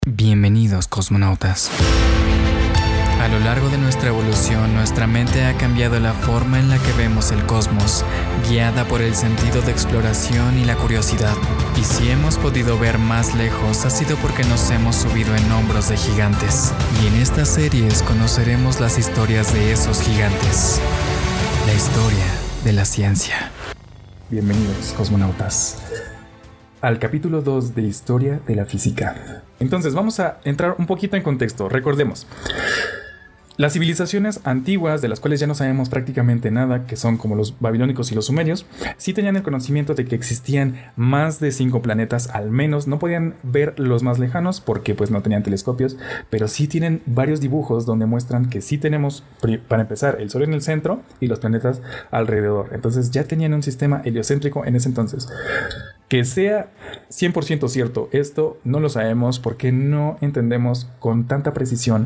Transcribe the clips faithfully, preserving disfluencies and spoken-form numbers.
Bienvenidos, cosmonautas. A lo largo de nuestra evolución, nuestra mente ha cambiado la forma en la que vemos el cosmos, guiada por el sentido de exploración y la curiosidad. Y si hemos podido ver más lejos, ha sido porque nos hemos subido en hombros de gigantes. Y en estas series conoceremos las historias de esos gigantes. La historia de la ciencia. Bienvenidos, cosmonautas, al capítulo dos de Historia de la Física. Entonces vamos a entrar un poquito en contexto. Recordemos, las civilizaciones antiguas, de las cuales ya no sabemos prácticamente nada, que son como los babilónicos y los sumerios, sí tenían el conocimiento de que existían más de cinco planetas al menos. No podían ver los más lejanos porque pues no tenían telescopios, pero sí tienen varios dibujos donde muestran que sí tenemos, para empezar, el Sol en el centro y los planetas alrededor. Entonces ya tenían un sistema heliocéntrico en ese entonces. Que sea cien por ciento cierto esto, no lo sabemos porque no entendemos con tanta precisión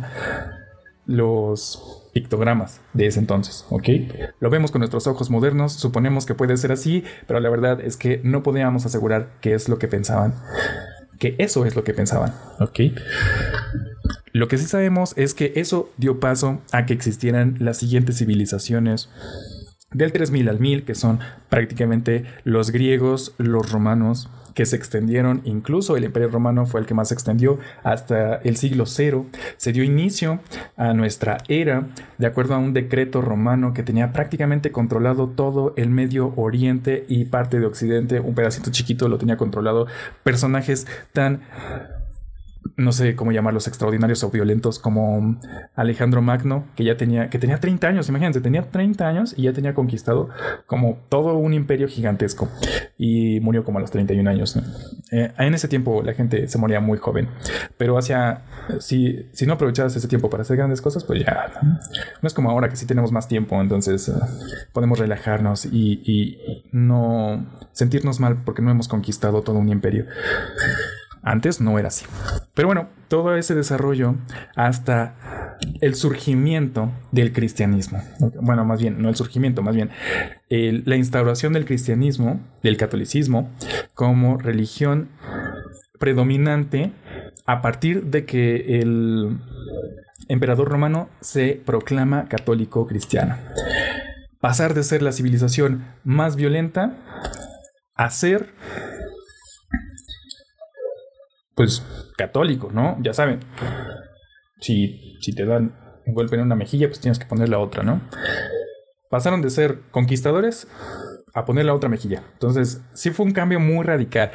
los pictogramas de ese entonces, ¿ok? Lo vemos con nuestros ojos modernos, suponemos que puede ser así, pero la verdad es que no podíamos asegurar qué es lo que pensaban, que eso es lo que pensaban, ¿ok? Lo que sí sabemos es que eso dio paso a que existieran las siguientes civilizaciones del tres mil al mil, que son prácticamente los griegos, los romanos, que se extendieron. Incluso el Imperio Romano fue el que más se extendió hasta el siglo cero. Se dio inicio a nuestra era de acuerdo a un decreto romano que tenía prácticamente controlado todo el Medio Oriente y parte de Occidente. Un pedacito chiquito lo tenía controlado. Personajes tan, no sé cómo llamarlos, extraordinarios o violentos, como Alejandro Magno, que ya tenía, que tenía treinta años, imagínense, tenía treinta años y ya tenía conquistado como todo un imperio gigantesco y murió como a los treinta y un años, ¿no? Eh, en ese tiempo la gente se moría muy joven, pero hacia, si, si no aprovechabas ese tiempo para hacer grandes cosas, pues ya, no, no es como ahora que sí tenemos más tiempo, entonces uh, podemos relajarnos y, y no sentirnos mal porque no hemos conquistado todo un imperio. Antes no era así. Pero bueno, todo ese desarrollo hasta el surgimiento del cristianismo. Bueno, más bien, no el surgimiento, más bien el, la instauración del cristianismo, del catolicismo, como religión predominante a partir de que el emperador romano se proclama católico cristiano. Pasar de ser la civilización más violenta a ser, pues, católico, ¿no? Ya saben, si, si te dan un golpe en una mejilla, pues tienes que poner la otra, ¿no? Pasaron de ser conquistadores a poner la otra mejilla. Entonces, sí fue un cambio muy radical.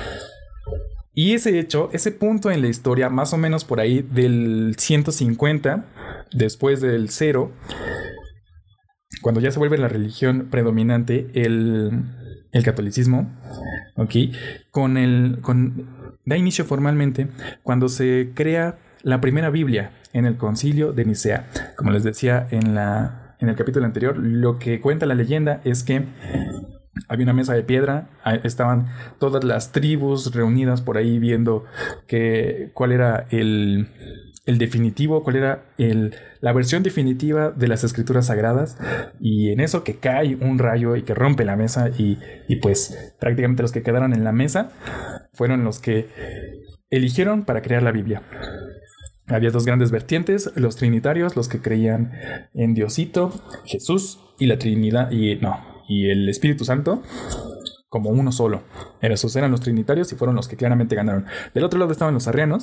Y ese hecho, ese punto en la historia, más o menos por ahí del ciento cincuenta, después del cero, cuando ya se vuelve la religión predominante, el, el catolicismo, ¿ok? Con el... con da inicio formalmente cuando se crea la primera Biblia en el Concilio de Nicea. Como les decía en, la, en el capítulo anterior, lo que cuenta la leyenda es que había una mesa de piedra, estaban todas las tribus reunidas por ahí viendo que, cuál era el, el definitivo, cuál era el, la versión definitiva de las escrituras sagradas, y en eso que cae un rayo y que rompe la mesa y, y pues prácticamente los que quedaron en la mesa fueron los que eligieron para crear la Biblia. Había dos grandes vertientes, los trinitarios, los que creían en Diosito, Jesús y la Trinidad, y no, y el Espíritu Santo como uno solo. Esos eran los trinitarios y fueron los que claramente ganaron. Del otro lado estaban los arrianos,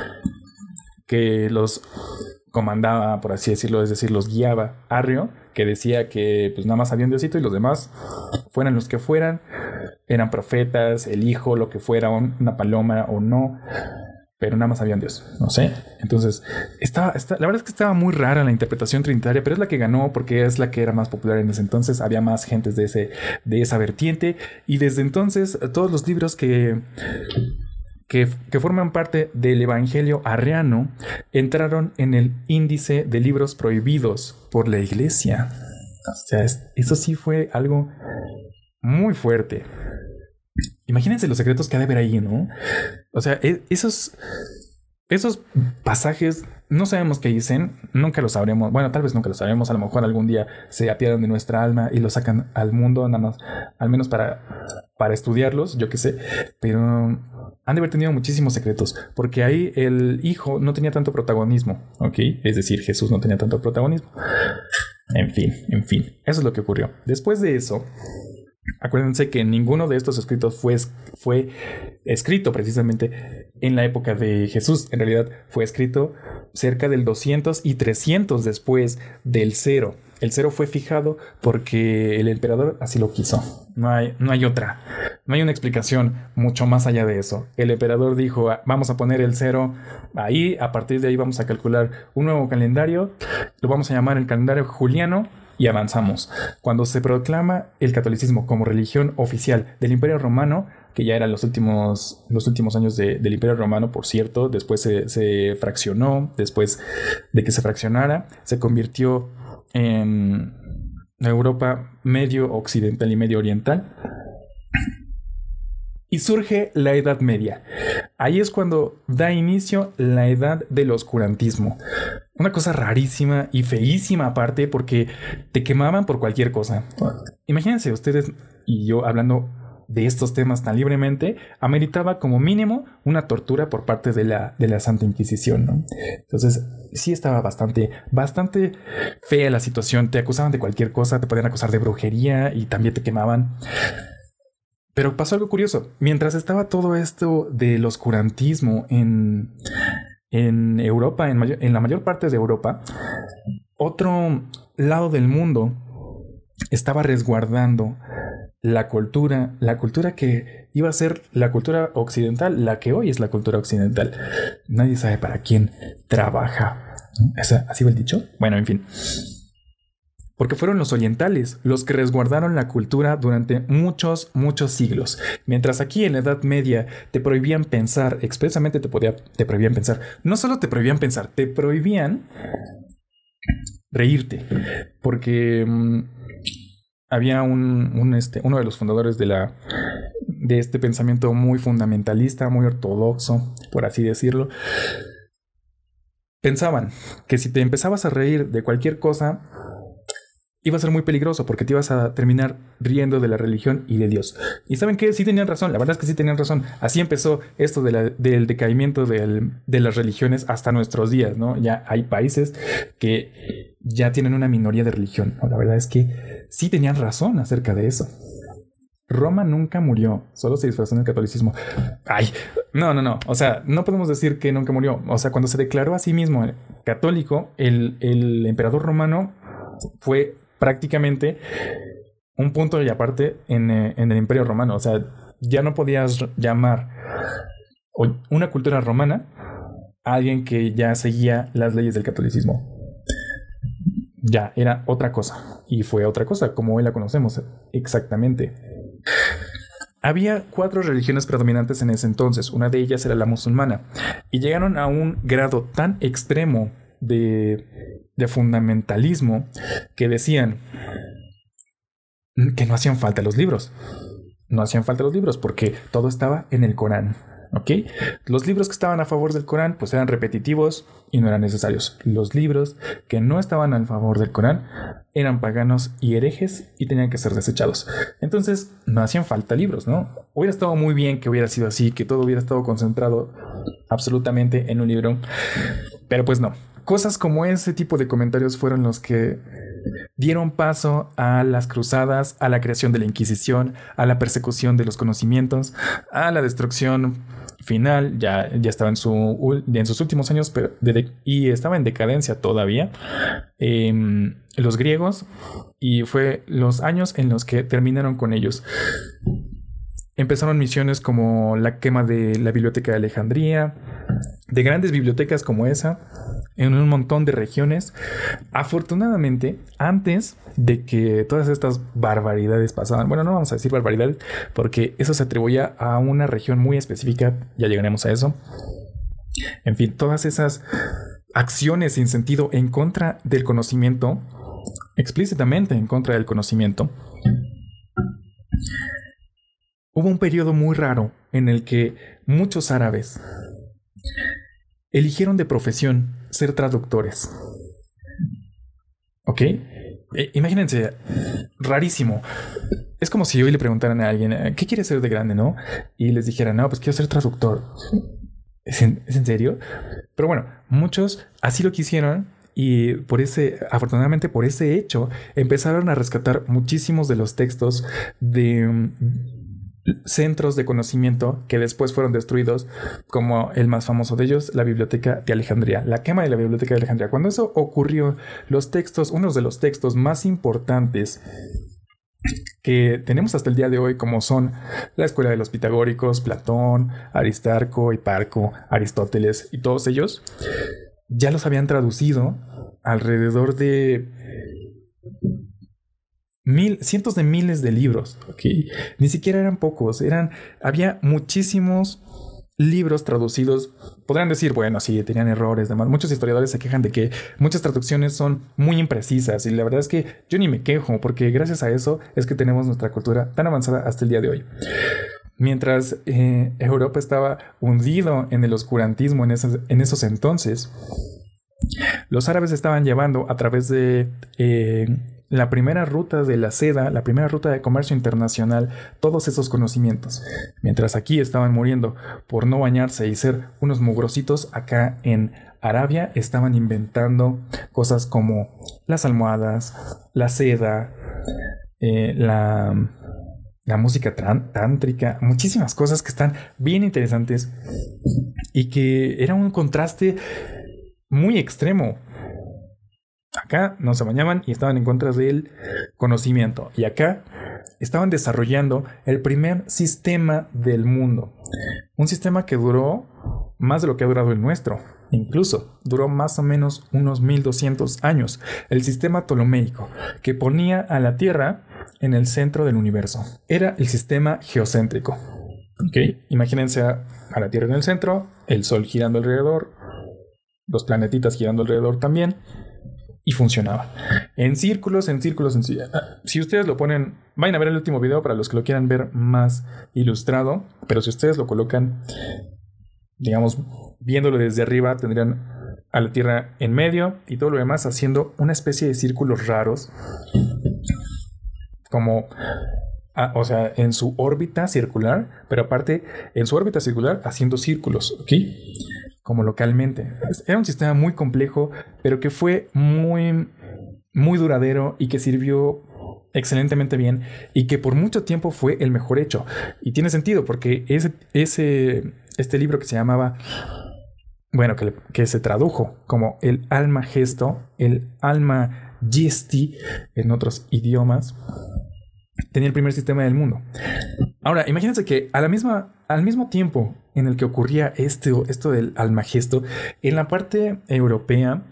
que los comandaba, por así decirlo, es decir, los guiaba Arrio, que decía que pues nada más había un Diosito y los demás, fueran los que fueran, eran profetas, el hijo, lo que fuera, una paloma o no, pero nada más había un Dios, no sé. Entonces, estaba, estaba, la verdad es que estaba muy rara la interpretación trinitaria, pero es la que ganó porque es la que era más popular en ese entonces. Había más gentes de, ese, de esa vertiente, y desde entonces todos los libros que... Que, que forman parte del Evangelio arriano entraron en el índice de libros prohibidos por la iglesia. O sea, es, eso sí fue algo muy fuerte. Imagínense los secretos que ha de haber ahí, ¿no? O sea, esos, esos pasajes no sabemos qué dicen, nunca lo sabremos. Bueno, tal vez nunca lo sabremos. A lo mejor algún día se apiadan de nuestra alma y lo sacan al mundo, nada más, al menos para, para estudiarlos, yo qué sé. Pero han de haber tenido muchísimos secretos, porque ahí el hijo no tenía tanto protagonismo, ¿ok? Es decir, Jesús no tenía tanto protagonismo. En fin, en fin, eso es lo que ocurrió. Después de eso, acuérdense que ninguno de estos escritos fue, fue escrito precisamente en la época de Jesús. En realidad fue escrito cerca del doscientos y trescientos después del cero. El cero fue fijado porque el emperador así lo quiso. No hay, no hay otra. No hay una explicación mucho más allá de eso. El emperador dijo, vamos a poner el cero ahí. A partir de ahí vamos a calcular un nuevo calendario. Lo vamos a llamar el calendario juliano y avanzamos. Cuando se proclama el catolicismo como religión oficial del Imperio Romano, que ya eran los últimos, los últimos años de, del Imperio Romano, por cierto, después se, se fraccionó. Después de que se fraccionara, se convirtió en Europa medio occidental y medio oriental, y surge la Edad Media. Ahí es cuando da inicio la edad del oscurantismo. Una cosa rarísima y feísima aparte, porque te quemaban por cualquier cosa. Imagínense ustedes y yo hablando de estos temas tan libremente, ameritaba como mínimo una tortura por parte de la, de la Santa Inquisición, ¿no? Entonces sí estaba bastante, bastante fea la situación. Te acusaban de cualquier cosa, te podían acusar de brujería y también te quemaban. Pero pasó algo curioso. Mientras estaba todo esto del oscurantismo en, en Europa, en, mayor, en la mayor parte de Europa, otro lado del mundo estaba resguardando la cultura, la cultura que iba a ser la cultura occidental, la que hoy es la cultura occidental. Nadie sabe para quién trabaja. ¿Esa, ¿Así va el dicho? Bueno, en fin. Porque fueron los orientales los que resguardaron la cultura durante muchos, muchos siglos. Mientras aquí en la Edad Media te prohibían pensar, expresamente te, podía, te prohibían pensar. No solo te prohibían pensar, te prohibían reírte. Porque mmm, había un, un este, uno de los fundadores de, la, de este pensamiento muy fundamentalista, muy ortodoxo, por así decirlo. Pensaban que si te empezabas a reír de cualquier cosa, iba a ser muy peligroso porque te ibas a terminar riendo de la religión y de Dios. ¿Y saben qué? Sí tenían razón, la verdad es que sí tenían razón. Así empezó esto de la, del decaimiento del, de las religiones hasta nuestros días, ¿no? Ya hay países que ya tienen una minoría de religión, ¿no? La verdad es que sí tenían razón acerca de eso. Roma nunca murió, solo se disfrazó en el catolicismo. Ay, no, no, no. O sea, no podemos decir que nunca murió. O sea, cuando se declaró a sí mismo católico, el, el emperador romano fue prácticamente un punto y aparte en, eh, en el Imperio Romano. O sea, ya no podías llamar una cultura romana a alguien que ya seguía las leyes del catolicismo. Ya, era otra cosa. Y fue otra cosa, como hoy la conocemos exactamente. Había cuatro religiones predominantes en ese entonces. Una de ellas era la musulmana. Y llegaron a un grado tan extremo de, de fundamentalismo que decían que no hacían falta los libros. No hacían falta los libros porque todo estaba en el Corán. ¿Ok? Los libros que estaban a favor del Corán pues eran repetitivos y no eran necesarios. Los libros que no estaban a favor del Corán eran paganos y herejes y tenían que ser desechados. Entonces no hacían falta libros, ¿no? Hubiera estado muy bien que hubiera sido así, que todo hubiera estado concentrado absolutamente en un libro, pero pues no. Cosas como ese tipo de comentarios fueron los que dieron paso a las cruzadas, a la creación de la Inquisición, a la persecución de los conocimientos, a la destrucción final. Ya, ya estaba en, su, en sus últimos años pero de, y estaba en decadencia todavía. Eh, los griegos, y fue los años en los que terminaron con ellos. Empezaron misiones como la quema de la Biblioteca de Alejandría, de grandes bibliotecas como esa, en un montón de regiones. Afortunadamente, antes de que todas estas barbaridades pasaban, bueno, no vamos a decir barbaridades, porque eso se atribuía a una región muy específica, ya llegaremos a eso. En fin, todas esas acciones sin sentido en contra del conocimiento, explícitamente en contra del conocimiento. Hubo un periodo muy raro en el que muchos árabes eligieron de profesión ser traductores. ¿Ok? Eh, imagínense, rarísimo. es como si hoy le preguntaran a alguien, ¿qué quieres ser de grande, no? Y les dijeran, no, pues quiero ser traductor. ¿Es en, ¿Es en serio? Pero bueno, muchos así lo quisieron y por ese, afortunadamente por ese hecho, empezaron a rescatar muchísimos de los textos de um, centros de conocimiento que después fueron destruidos, como el más famoso de ellos, la Biblioteca de Alejandría, la quema de la Biblioteca de Alejandría. Cuando eso ocurrió, los textos, unos de los textos más importantes que tenemos hasta el día de hoy, como son la Escuela de los Pitagóricos, Platón, Aristarco, Hiparco, Aristóteles y todos ellos, ya los habían traducido alrededor de mil, cientos de miles de libros, ¿okay? Ni siquiera eran pocos, eran, había muchísimos libros traducidos. Podrán decir, bueno, sí, tenían errores, demás. Muchos historiadores se quejan de que muchas traducciones son muy imprecisas y la verdad es que yo ni me quejo porque gracias a eso es que tenemos nuestra cultura tan avanzada hasta el día de hoy. Mientras eh, Europa estaba hundido en el oscurantismo en esos, en esos entonces, los árabes estaban llevando a través de eh, la primera ruta de la seda, la primera ruta de comercio internacional, todos esos conocimientos. Mientras aquí estaban muriendo por no bañarse y ser unos mugrositos, acá en Arabia estaban inventando cosas como las almohadas, la seda, eh, la, la música tántrica, muchísimas cosas que están bien interesantes y que era un contraste muy extremo. Acá no se bañaban y estaban en contra del conocimiento. Y acá estaban desarrollando el primer sistema del mundo. Un sistema que duró más de lo que ha durado el nuestro. Incluso duró más o menos unos mil doscientos años. El sistema ptolomeico, que ponía a la Tierra en el centro del universo. Era el sistema geocéntrico. ¿Okay? Imagínense a, a la Tierra en el centro, el Sol girando alrededor, los planetitas girando alrededor también. Y funcionaba. En círculos, en círculos, en círculos. Si ustedes lo ponen, vayan a ver el último video para los que lo quieran ver más ilustrado. Pero si ustedes lo colocan, digamos, viéndolo desde arriba, tendrían a la Tierra en medio y todo lo demás haciendo una especie de círculos raros. Como, ah, o sea, en su órbita circular, pero aparte, en su órbita circular haciendo círculos, ¿ok? Como localmente. Era un sistema muy complejo, pero que fue muy, muy duradero y que sirvió excelentemente bien y que por mucho tiempo fue el mejor hecho. Y tiene sentido porque ese, ese, este libro que se llamaba, bueno, que, que se tradujo como el Alma Gesto, el Alma Gesti en otros idiomas, tenía el primer sistema del mundo. Ahora, imagínense que a la misma, al mismo tiempo en el que ocurría esto, esto del almagesto, en la parte europea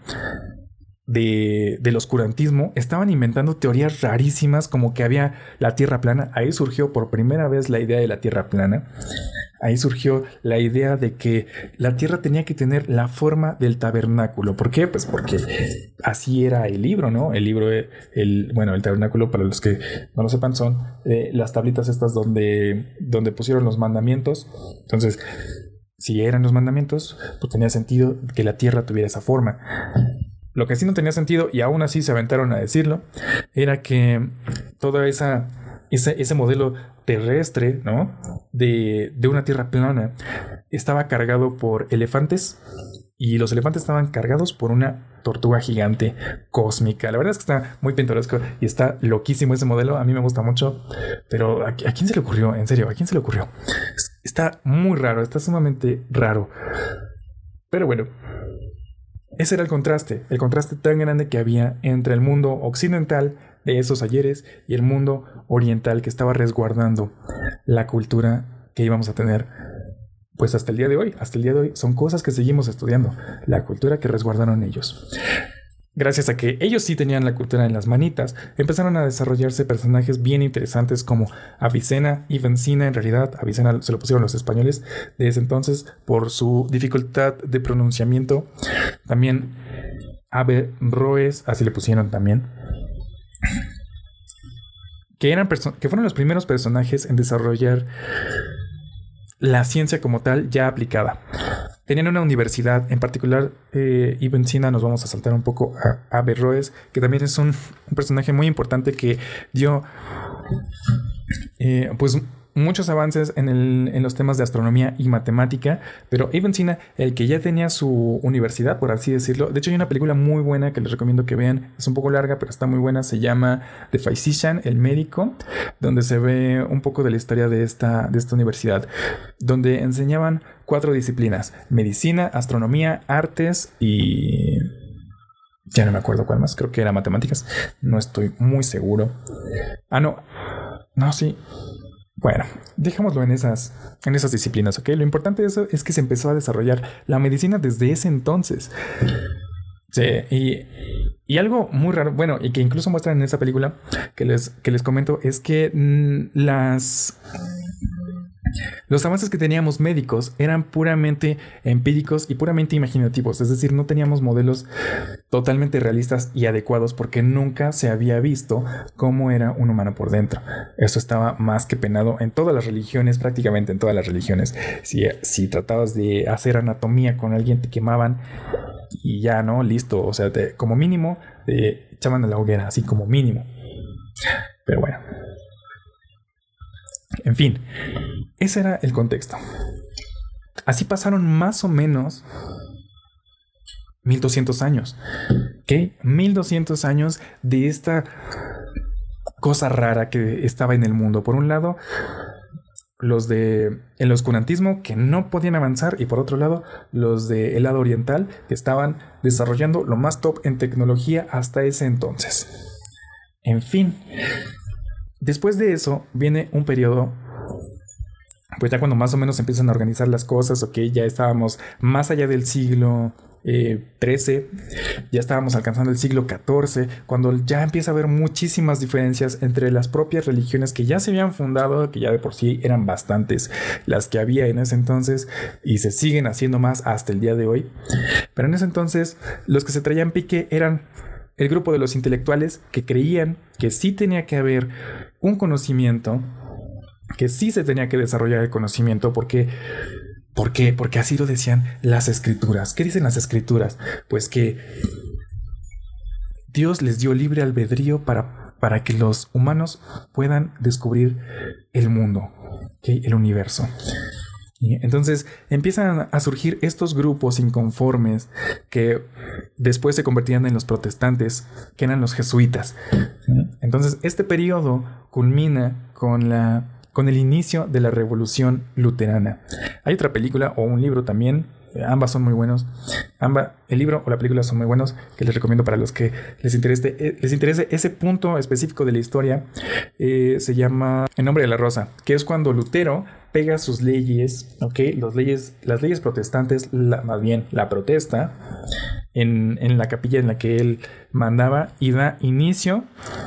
de, del oscurantismo estaban inventando teorías rarísimas como que había la Tierra plana. Ahí surgió por primera vez la idea de la Tierra plana. Ahí surgió la idea de que la Tierra tenía que tener la forma del tabernáculo. ¿Por qué? Pues porque así era el libro, ¿no? El libro, el, bueno, el tabernáculo, para los que no lo sepan, son eh, las tablitas estas donde, donde pusieron los mandamientos. Entonces, si eran los mandamientos, pues tenía sentido que la Tierra tuviera esa forma. Lo que sí no tenía sentido, y aún así se aventaron a decirlo, era que toda esa... Ese, ese modelo terrestre, ¿no? De, de una tierra plana estaba cargado por elefantes y los elefantes estaban cargados por una tortuga gigante cósmica. La verdad es que está muy pintoresco y está loquísimo ese modelo. A mí me gusta mucho, pero ¿a, a quién se le ocurrió? En serio, ¿a quién se le ocurrió? Está muy raro, está sumamente raro. Pero bueno, ese era el contraste, el contraste tan grande que había entre el mundo occidental de esos ayeres y el mundo oriental que estaba resguardando la cultura que íbamos a tener pues hasta el día de hoy. Hasta el día de hoy son cosas que seguimos estudiando, la cultura que resguardaron ellos. Gracias a que ellos sí tenían la cultura en las manitas, empezaron a desarrollarse personajes bien interesantes como Avicena y Vencina. En realidad, Avicena se lo pusieron los españoles de ese entonces por su dificultad de pronunciamiento. También Averroes, así le pusieron también. Que, eran perso- que fueron los primeros personajes en desarrollar la ciencia como tal ya aplicada. Tenían una universidad, en particular eh, Ibn Sina, nos vamos a saltar un poco a Averroes, que también es un, un personaje muy importante que dio Eh, pues muchos avances en, el, en los temas de astronomía y matemática, pero Ibn Sina, el que ya tenía su universidad, por así decirlo. De hecho, hay una película muy buena que les recomiendo que vean. Es un poco larga, pero está muy buena. Se llama The Physician, el médico, donde se ve un poco de la historia de esta, de esta universidad, donde enseñaban cuatro disciplinas: medicina, astronomía, artes y... ya no me acuerdo cuál más. Creo que era matemáticas. No estoy muy seguro. Ah, no. No, sí. Bueno, dejémoslo en esas, en esas disciplinas, ¿ok? Lo importante de eso es que se empezó a desarrollar la medicina desde ese entonces. Sí, y, y algo muy raro, bueno, y que incluso muestran en esa película que les, que les comento, es que mmm, las... los avances que teníamos médicos eran puramente empíricos y puramente imaginativos, es decir, no teníamos modelos totalmente realistas y adecuados porque nunca se había visto cómo era un humano por dentro. Eso estaba más que penado en todas las religiones, prácticamente en todas las religiones. Si, si tratabas de hacer anatomía con alguien, te quemaban y ya, ¿no? Listo, o sea, te, como mínimo te echaban a la hoguera, así como mínimo. Pero bueno. En fin, ese era el contexto. Así pasaron más o menos mil doscientos años. ¿Ok? mil doscientos años de esta cosa rara que estaba en el mundo. Por un lado, los de el oscurantismo que no podían avanzar, y por otro lado, los del lado oriental que estaban desarrollando lo más top en tecnología hasta ese entonces. En fin. Después de eso viene un periodo, pues ya cuando más o menos empiezan a organizar las cosas, ok, ya estábamos más allá del siglo eh, trece, ya estábamos alcanzando el siglo catorce, cuando ya empieza a haber muchísimas diferencias entre las propias religiones que ya se habían fundado, que ya de por sí eran bastantes las que había en ese entonces y se siguen haciendo más hasta el día de hoy. Pero en ese entonces los que se traían pique eran el grupo de los intelectuales que creían que sí tenía que haber un conocimiento, que sí se tenía que desarrollar el conocimiento, porque, ¿por qué? Porque así lo decían las escrituras. ¿Qué dicen las escrituras? Pues que Dios les dio libre albedrío para, para que los humanos puedan descubrir el mundo, ¿okay? El universo. Y entonces empiezan a surgir estos grupos inconformes que después se convertían en los protestantes, que eran los jesuitas. ¿Sí? Entonces este periodo culmina con la, con el inicio de la Revolución Luterana. Hay otra película o un libro también, ambas son muy buenos. Ambas, el libro o la película son muy buenos, que les recomiendo para los que les interese, les interese ese punto específico de la historia. Eh, se llama El nombre de la rosa, que es cuando Lutero pega sus leyes, ¿ok? Los leyes, las leyes protestantes, la, más bien la protesta, en, en la capilla en la que él mandaba, y da inicio,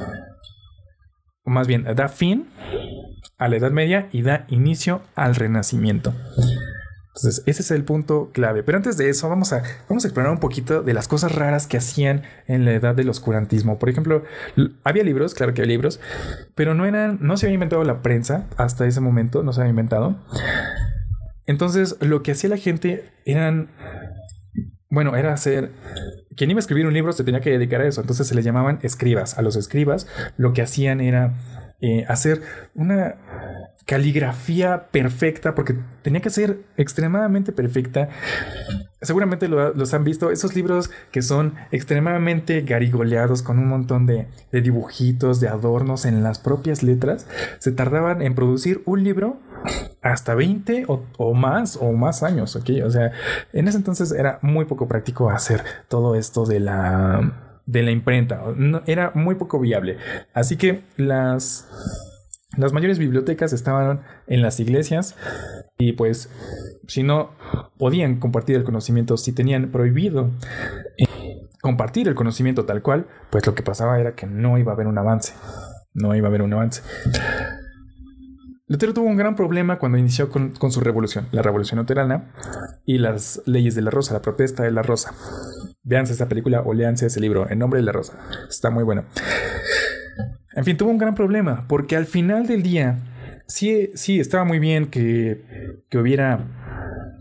o más bien da fin a la Edad Media y da inicio al Renacimiento. Entonces, ese es el punto clave. Pero antes de eso, vamos a, vamos a explorar un poquito de las cosas raras que hacían en la edad del oscurantismo. Por ejemplo, había libros, claro que había libros, pero no eran, no se había inventado la prensa hasta ese momento, no se había inventado. Entonces, lo que hacía la gente eran, bueno, era hacer, quien iba a escribir un libro se tenía que dedicar a eso. Entonces se les llamaban escribas. A los escribas lo que hacían era eh, hacer una caligrafía perfecta, porque tenía que ser extremadamente perfecta. Seguramente lo, los han visto, esos libros que son extremadamente garigoleados con un montón de, de dibujitos, de adornos en las propias letras. Se tardaban en producir un libro hasta veinte o, o más o más años, ¿ok? O sea, en ese entonces era muy poco práctico hacer todo esto de la, de la imprenta. No, era muy poco viable. Así que las... Las mayores bibliotecas estaban en las iglesias y pues si no podían compartir el conocimiento, si tenían prohibido compartir el conocimiento tal cual, pues lo que pasaba era que no iba a haber un avance, no iba a haber un avance. Lutero tuvo un gran problema cuando inició con, con su revolución, la revolución luterana y las leyes de la rosa, la protesta de la rosa. Véanse esa película o léanse ese libro, El nombre de la rosa, está muy bueno. En fin, tuvo un gran problema, porque al final del día, sí, sí estaba muy bien que, que hubiera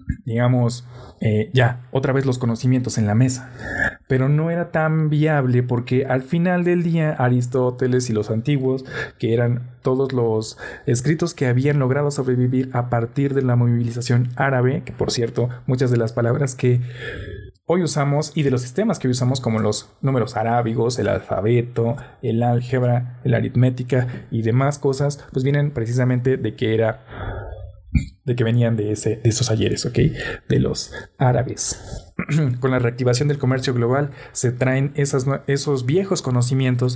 digamos, eh, ya, otra vez los conocimientos en la mesa. Pero no era tan viable porque al final del día Aristóteles y los antiguos, que eran todos los escritos que habían logrado sobrevivir a partir de la movilización árabe, que por cierto, muchas de las palabras que hoy usamos y de los sistemas que hoy usamos como los números arábigos, el alfabeto, el álgebra, la aritmética y demás cosas, pues vienen precisamente de que era... de que venían de, ese, de esos ayeres, ¿ok? De los árabes. Con la reactivación del comercio global se traen esas, esos viejos conocimientos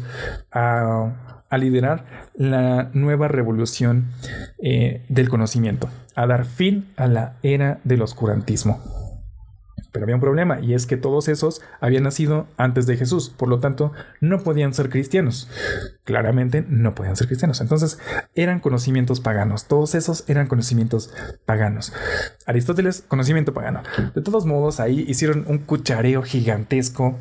a, a liderar la nueva revolución eh, del conocimiento, a dar fin a la era del oscurantismo. Pero había un problema, y es que todos esos habían nacido antes de Jesús, por lo tanto no podían ser cristianos. Claramente no podían ser cristianos. Entonces eran conocimientos paganos. Todos esos eran conocimientos paganos. Aristóteles, conocimiento pagano. De todos modos, ahí hicieron un cuchareo gigantesco.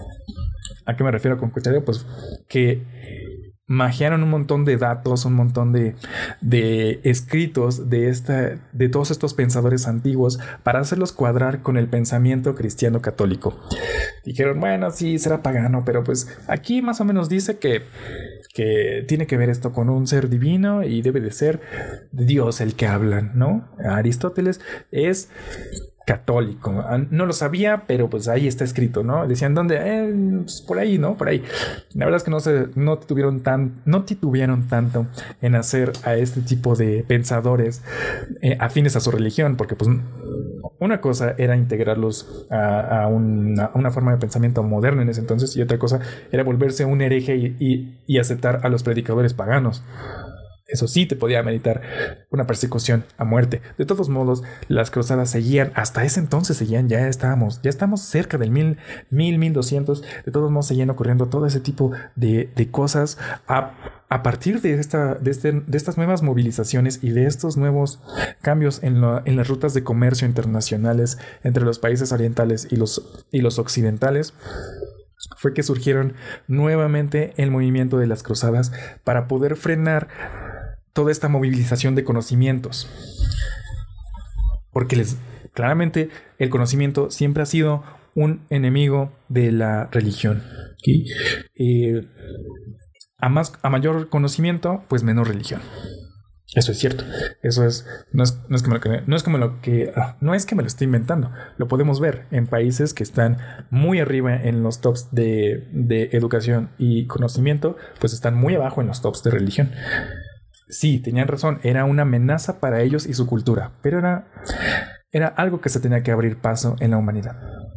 ¿A qué me refiero con cuchareo? Pues que magiaron un montón de datos, un montón de, de escritos de, esta, de todos estos pensadores antiguos para hacerlos cuadrar con el pensamiento cristiano católico. Dijeron, bueno, sí, será pagano, pero pues aquí más o menos dice que, que tiene que ver esto con un ser divino y debe de ser Dios el que hablan, ¿no? Aristóteles es católico. No lo sabía, pero pues ahí está escrito, ¿no? Decían, ¿dónde? Eh, pues por ahí, ¿no? Por ahí. La verdad es que no se, no titubieron tan, no titubearon tanto en hacer a este tipo de pensadores eh, afines a su religión, porque pues una cosa era integrarlos a, a, una, a una forma de pensamiento moderno en ese entonces, y otra cosa era volverse un hereje y, y, y aceptar a los predicadores paganos. Eso sí te podía meritar una persecución a muerte. De todos modos, las cruzadas seguían, hasta ese entonces seguían, ya estábamos, ya estamos cerca del mil, mil, mil doscientos. De todos modos seguían ocurriendo todo ese tipo de, de cosas a, a partir de, esta, de, este, de estas nuevas movilizaciones y de estos nuevos cambios en, lo, en las rutas de comercio internacionales entre los países orientales y los, y los occidentales. Fue que surgieron nuevamente el movimiento de las cruzadas para poder frenar toda esta movilización de conocimientos. Porque les, claramente el conocimiento siempre ha sido un enemigo de la religión. ¿Okay? Eh, a, más, a mayor conocimiento, pues menor religión. Eso es cierto. Eso es no es, no es, como, lo que, no es como lo que no es que me lo estoy inventando. Lo podemos ver en países que están muy arriba en los tops de, de educación y conocimiento, pues están muy abajo en los tops de religión. Sí, tenían razón, era una amenaza para ellos y su cultura, pero era, era algo que se tenía que abrir paso en la humanidad.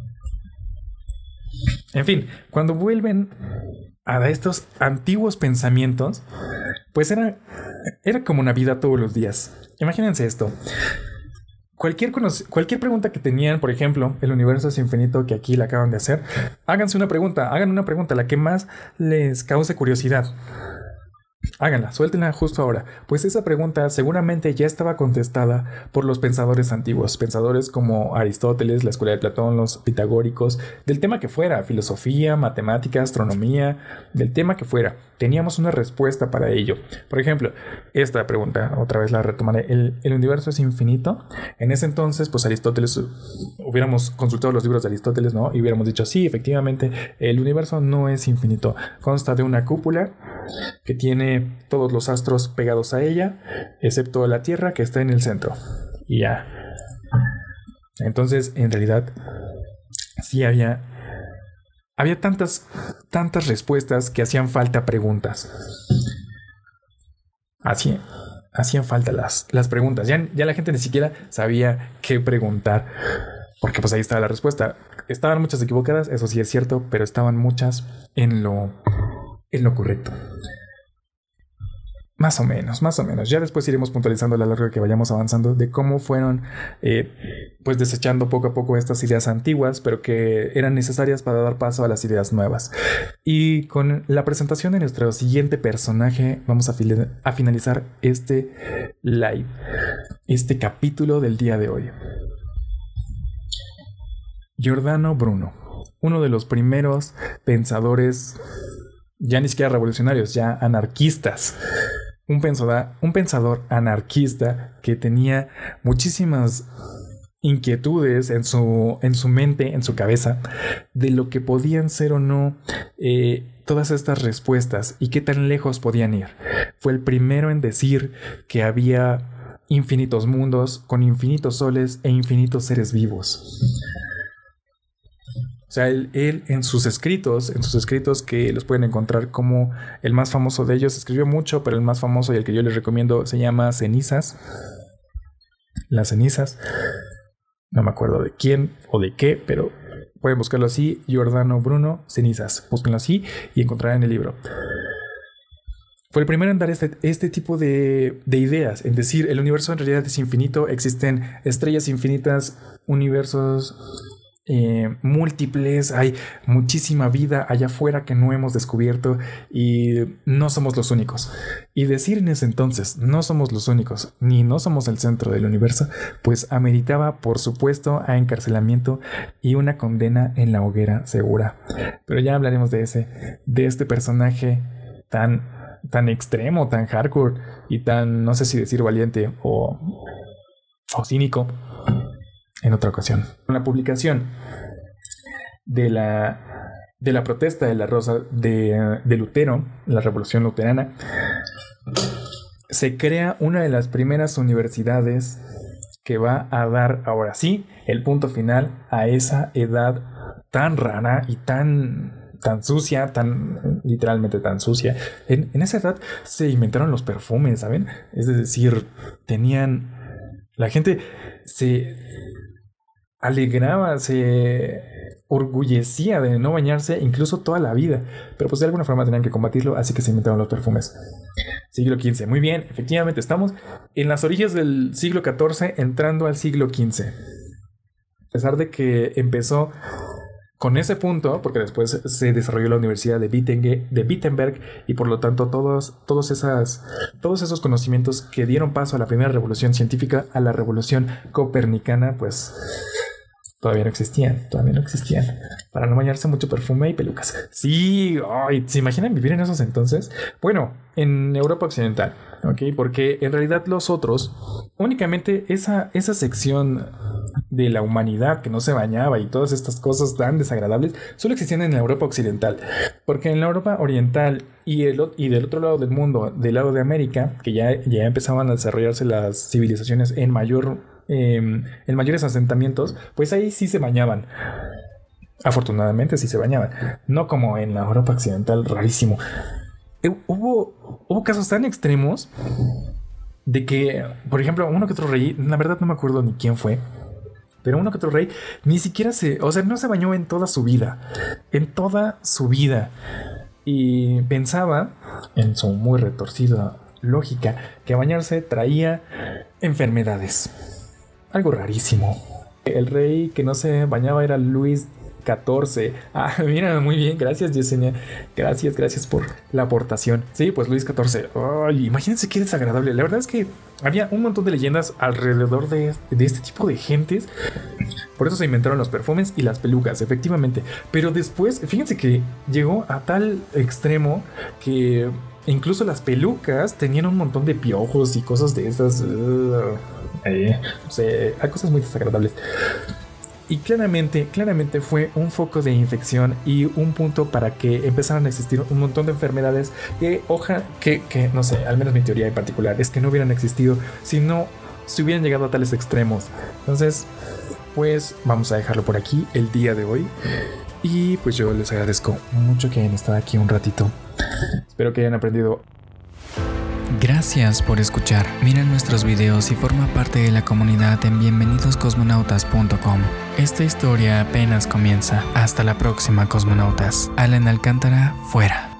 En fin, cuando vuelven a estos antiguos pensamientos, pues era, era como una vida todos los días. Imagínense esto. Cualquier, cualquier pregunta que tenían, por ejemplo, el universo es infinito, que aquí la acaban de hacer, háganse una pregunta, hagan una pregunta, la que más les cause curiosidad. Háganla, suéltenla justo ahora, pues esa pregunta seguramente ya estaba contestada por los pensadores antiguos, pensadores como Aristóteles, la escuela de Platón, los pitagóricos, del tema que fuera, filosofía, matemática, astronomía, del tema que fuera. Teníamos una respuesta para ello. Por ejemplo, esta pregunta, otra vez la retomaré, ¿el, el universo es infinito? En ese entonces, pues Aristóteles, hubiéramos consultado los libros de Aristóteles, ¿no? Y hubiéramos dicho, sí, efectivamente, el universo no es infinito. Consta de una cúpula que tiene todos los astros pegados a ella, excepto la Tierra, que está en el centro. Y ya. Entonces, en realidad, sí había... Había tantas, tantas respuestas que hacían falta preguntas. Así, hacían falta las, las preguntas. Ya, ya la gente ni siquiera sabía qué preguntar. Porque pues ahí estaba la respuesta. Estaban muchas equivocadas, eso sí es cierto, pero estaban muchas en lo, en lo correcto. Más o menos, más o menos. Ya después iremos puntualizando a lo largo de que vayamos avanzando de cómo fueron eh, pues desechando poco a poco estas ideas antiguas, pero que eran necesarias para dar paso a las ideas nuevas. Y con la presentación de nuestro siguiente personaje vamos a, fil- a finalizar este live, este capítulo del día de hoy. Giordano Bruno, uno de los primeros pensadores, ya ni siquiera revolucionarios, ya anarquistas. Un pensador, un pensador anarquista que tenía muchísimas inquietudes en su, en su mente, en su cabeza, de lo que podían ser o no eh, todas estas respuestas y qué tan lejos podían ir. Fue el primero en decir que había infinitos mundos con infinitos soles e infinitos seres vivos. O sea, él, él en sus escritos, en sus escritos que los pueden encontrar como el más famoso de ellos, escribió mucho, pero el más famoso y el que yo les recomiendo se llama Cenizas. Las cenizas. No me acuerdo de quién o de qué, pero pueden buscarlo así. Giordano Bruno, Cenizas. Búsquenlo así y encontrarán el libro. Fue el primero en dar este, este tipo de, de ideas. En decir, el universo en realidad es infinito. Existen estrellas infinitas, universos eh, múltiples. Hay muchísima vida allá afuera que no hemos descubierto. Y no somos los únicos. Y decir en ese entonces, no somos los únicos, ni no somos el centro del universo, pues ameritaba, por supuesto, a encarcelamiento y una condena en la hoguera segura. Pero ya hablaremos de ese, de este personaje tan, tan extremo, tan hardcore y tan, no sé si decir valiente o, o cínico, en otra ocasión. Con la publicación de la, de la protesta de la Rosa de, de Lutero, la Revolución Luterana, se crea una de las primeras universidades que va a dar, ahora sí, el punto final a esa edad tan rara y tan, tan sucia, tan literalmente tan sucia. En, en esa edad se inventaron los perfumes, ¿saben? Es decir, tenían... La gente se alegraba, se orgullecía de no bañarse incluso toda la vida, pero pues de alguna forma tenían que combatirlo, así que se inventaron los perfumes. Siglo quince, muy bien, efectivamente estamos en las orillas del siglo catorce entrando al siglo quince. A pesar de que empezó con ese punto, porque después se desarrolló la Universidad de Wittenberg, de Wittenberg y por lo tanto todos, todos, esas, todos esos conocimientos que dieron paso a la primera revolución científica, a la revolución copernicana, pues todavía no existían, todavía no existían. Para no bañarse, mucho perfume y pelucas. Sí, ay, ¿se imaginan vivir en esos entonces? Bueno, en Europa Occidental, ¿ok? Porque en realidad los otros, únicamente esa, esa sección de la humanidad que no se bañaba y todas estas cosas tan desagradables, solo existían en la Europa Occidental. Porque en la Europa Oriental y, el, y del otro lado del mundo, del lado de América, que ya, ya empezaban a desarrollarse las civilizaciones en mayor... Eh, en mayores asentamientos, pues ahí sí se bañaban. Afortunadamente sí se bañaban. No como en la Europa Occidental, rarísimo. Eh, hubo, hubo casos tan extremos de que, por ejemplo, uno que otro rey, la verdad no me acuerdo ni quién fue, pero uno que otro rey ni siquiera se, o sea, no se bañó en toda su vida. En toda su vida. Y pensaba, en su muy retorcida lógica, que bañarse traía enfermedades. Algo rarísimo. El rey que no se bañaba era Luis catorce. Ah, mira, muy bien. Gracias, Yesenia. Gracias, gracias por la aportación. Sí, pues Luis catorce. Ay, imagínense qué desagradable. La verdad es que había un montón de leyendas alrededor de, de este tipo de gentes. Por eso se inventaron los perfumes y las pelucas, efectivamente. Pero después, fíjense que llegó a tal extremo que incluso las pelucas tenían un montón de piojos y cosas de esas. Uh, eh, no sé, hay cosas muy desagradables. Y claramente, claramente fue un foco de infección y un punto para que empezaran a existir un montón de enfermedades que, ojalá, que, que, no sé, al menos mi teoría en particular, es que no hubieran existido si no se hubieran llegado a tales extremos. Entonces, pues vamos a dejarlo por aquí el día de hoy. Y pues yo les agradezco mucho que hayan estado aquí un ratito. Espero que hayan aprendido. Gracias por escuchar. Mira nuestros videos y forma parte de la comunidad en bienvenidos cosmonautas punto com. Esta historia apenas comienza. Hasta la próxima, cosmonautas. Alan Alcántara, fuera.